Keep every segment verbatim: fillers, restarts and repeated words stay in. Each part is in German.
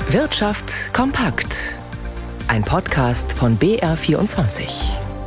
Wirtschaft kompakt. Ein Podcast von B R vierundzwanzig.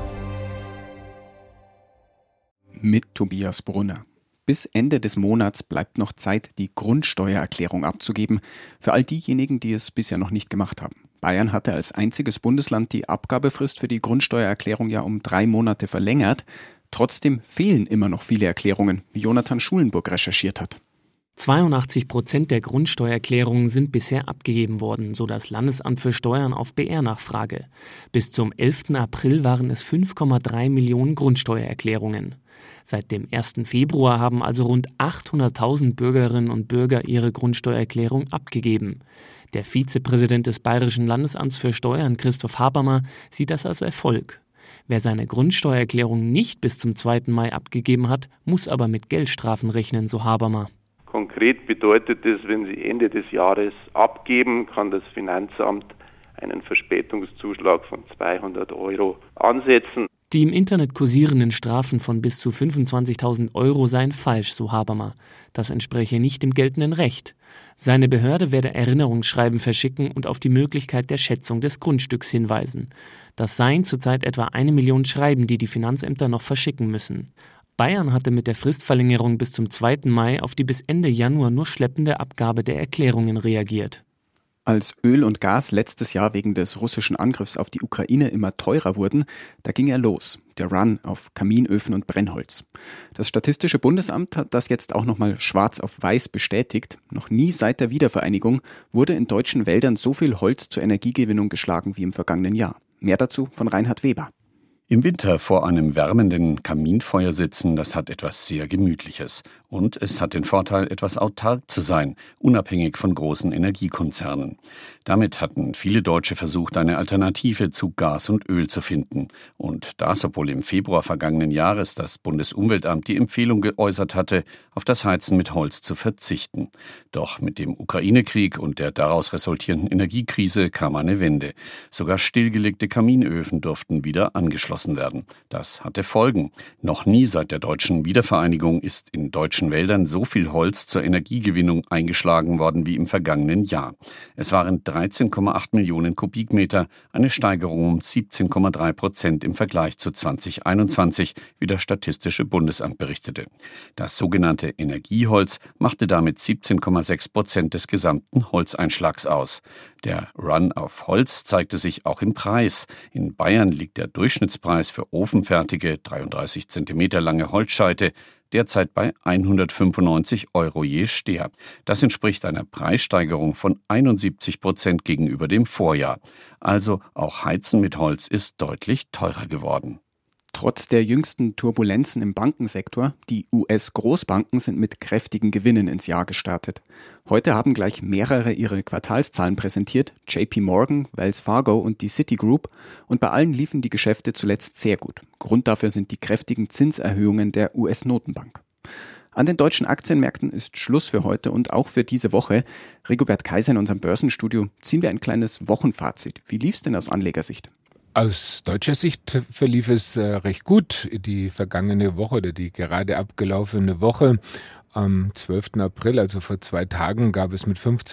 Mit Tobias Brunner. Bis Ende des Monats bleibt noch Zeit, die Grundsteuererklärung abzugeben, für all diejenigen, die es bisher noch nicht gemacht haben. Bayern hatte als einziges Bundesland die Abgabefrist für die Grundsteuererklärung ja um drei Monate verlängert. Trotzdem fehlen immer noch viele Erklärungen, wie Jonathan Schulenburg recherchiert hat. zweiundachtzig Prozent der Grundsteuererklärungen sind bisher abgegeben worden, so das Landesamt für Steuern auf B R-Nachfrage. Bis zum elften April waren es fünf Komma drei Millionen Grundsteuererklärungen. Seit dem ersten Februar haben also rund achthunderttausend Bürgerinnen und Bürger ihre Grundsteuererklärung abgegeben. Der Vizepräsident des Bayerischen Landesamts für Steuern, Christoph Habermer, sieht das als Erfolg. Wer seine Grundsteuererklärung nicht bis zum zweiten Mai abgegeben hat, muss aber mit Geldstrafen rechnen, so Habermer. Konkret bedeutet es, wenn Sie Ende des Jahres abgeben, kann das Finanzamt einen Verspätungszuschlag von zweihundert Euro ansetzen. Die im Internet kursierenden Strafen von bis zu fünfundzwanzigtausend Euro seien falsch, so Habermer. Das entspreche nicht dem geltenden Recht. Seine Behörde werde Erinnerungsschreiben verschicken und auf die Möglichkeit der Schätzung des Grundstücks hinweisen. Das seien zurzeit etwa eine Million Schreiben, die die Finanzämter noch verschicken müssen. Bayern hatte mit der Fristverlängerung bis zum zweiten Mai auf die bis Ende Januar nur schleppende Abgabe der Erklärungen reagiert. Als Öl und Gas letztes Jahr wegen des russischen Angriffs auf die Ukraine immer teurer wurden, da ging er los, der Run auf Kaminöfen und Brennholz. Das Statistische Bundesamt hat das jetzt auch nochmal schwarz auf weiß bestätigt. Noch nie seit der Wiedervereinigung wurde in deutschen Wäldern so viel Holz zur Energiegewinnung geschlagen wie im vergangenen Jahr. Mehr dazu von Reinhard Weber. Im Winter vor einem wärmenden Kaminfeuer sitzen, das hat etwas sehr Gemütliches. Und es hat den Vorteil, etwas autark zu sein, unabhängig von großen Energiekonzernen. Damit hatten viele Deutsche versucht, eine Alternative zu Gas und Öl zu finden. Und das, obwohl im Februar vergangenen Jahres das Bundesumweltamt die Empfehlung geäußert hatte, auf das Heizen mit Holz zu verzichten. Doch mit dem Ukraine-Krieg und der daraus resultierenden Energiekrise kam eine Wende. Sogar stillgelegte Kaminöfen durften wieder angeschlossen werden. Das hatte Folgen. Noch nie seit der deutschen Wiedervereinigung ist in deutschen Wäldern so viel Holz zur Energiegewinnung eingeschlagen worden wie im vergangenen Jahr. Es waren dreizehn Komma acht Millionen Kubikmeter, eine Steigerung um siebzehn Komma drei Prozent im Vergleich zu zweitausendeinundzwanzig, wie das Statistische Bundesamt berichtete. Das sogenannte Energieholz machte damit siebzehn Komma sechs Prozent des gesamten Holzeinschlags aus. Der Run auf Holz zeigte sich auch im Preis. In Bayern liegt der Durchschnittspreis für ofenfertige, dreiunddreißig Zentimeter lange Holzscheite derzeit bei hundertfünfundneunzig Euro je Steher. Das entspricht einer Preissteigerung von einundsiebzig Prozent gegenüber dem Vorjahr. Also auch Heizen mit Holz ist deutlich teurer geworden. Trotz der jüngsten Turbulenzen im Bankensektor, die U S-Großbanken sind mit kräftigen Gewinnen ins Jahr gestartet. Heute haben gleich mehrere ihre Quartalszahlen präsentiert, J P Morgan, Wells Fargo und die Citigroup, und bei allen liefen die Geschäfte zuletzt sehr gut. Grund dafür sind die kräftigen Zinserhöhungen der U S-Notenbank. An den deutschen Aktienmärkten ist Schluss für heute und auch für diese Woche. Rigobert Kaiser in unserem Börsenstudio, ziehen wir ein kleines Wochenfazit. Wie lief's denn aus Anlegersicht? Aus deutscher Sicht verlief es äh, recht gut, die vergangene Woche oder die gerade abgelaufene Woche. Am zwölften April, also vor zwei Tagen, gab es mit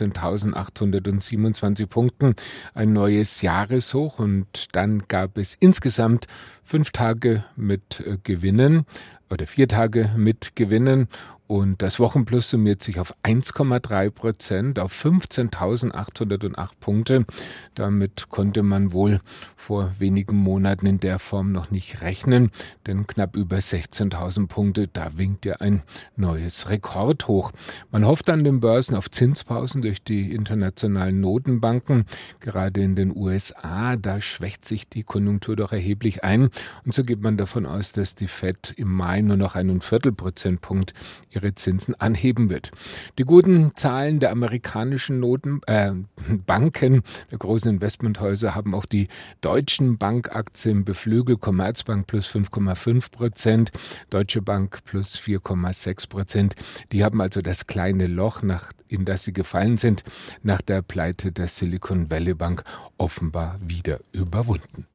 fünfzehntausendachthundertsiebenundzwanzig Punkten ein neues Jahreshoch und dann gab es insgesamt fünf Tage mit äh, Gewinnen oder vier Tage mit Gewinnen. Und das Wochenplus summiert sich auf eins Komma drei Prozent, auf fünfzehntausendachthundertacht Punkte. Damit konnte man wohl vor wenigen Monaten in der Form noch nicht rechnen, denn knapp über sechzehntausend Punkte, da winkt ja ein neues Rekordhoch. Man hofft an den Börsen auf Zinspausen durch die internationalen Notenbanken. Gerade in den U S A, da schwächt sich die Konjunktur doch erheblich ein. Und so geht man davon aus, dass die Fed im Mai nur noch einen Viertelprozentpunkt ihre Zinsen anheben wird. Die guten Zahlen der amerikanischen Noten, äh, Banken, der großen Investmenthäuser, haben auch die deutschen Bankaktien beflügelt. Commerzbank plus fünf Komma fünf Prozent, Deutsche Bank plus vier Komma sechs Prozent. Die haben also das kleine Loch, nach, in das sie gefallen sind, nach der Pleite der Silicon Valley Bank offenbar wieder überwunden.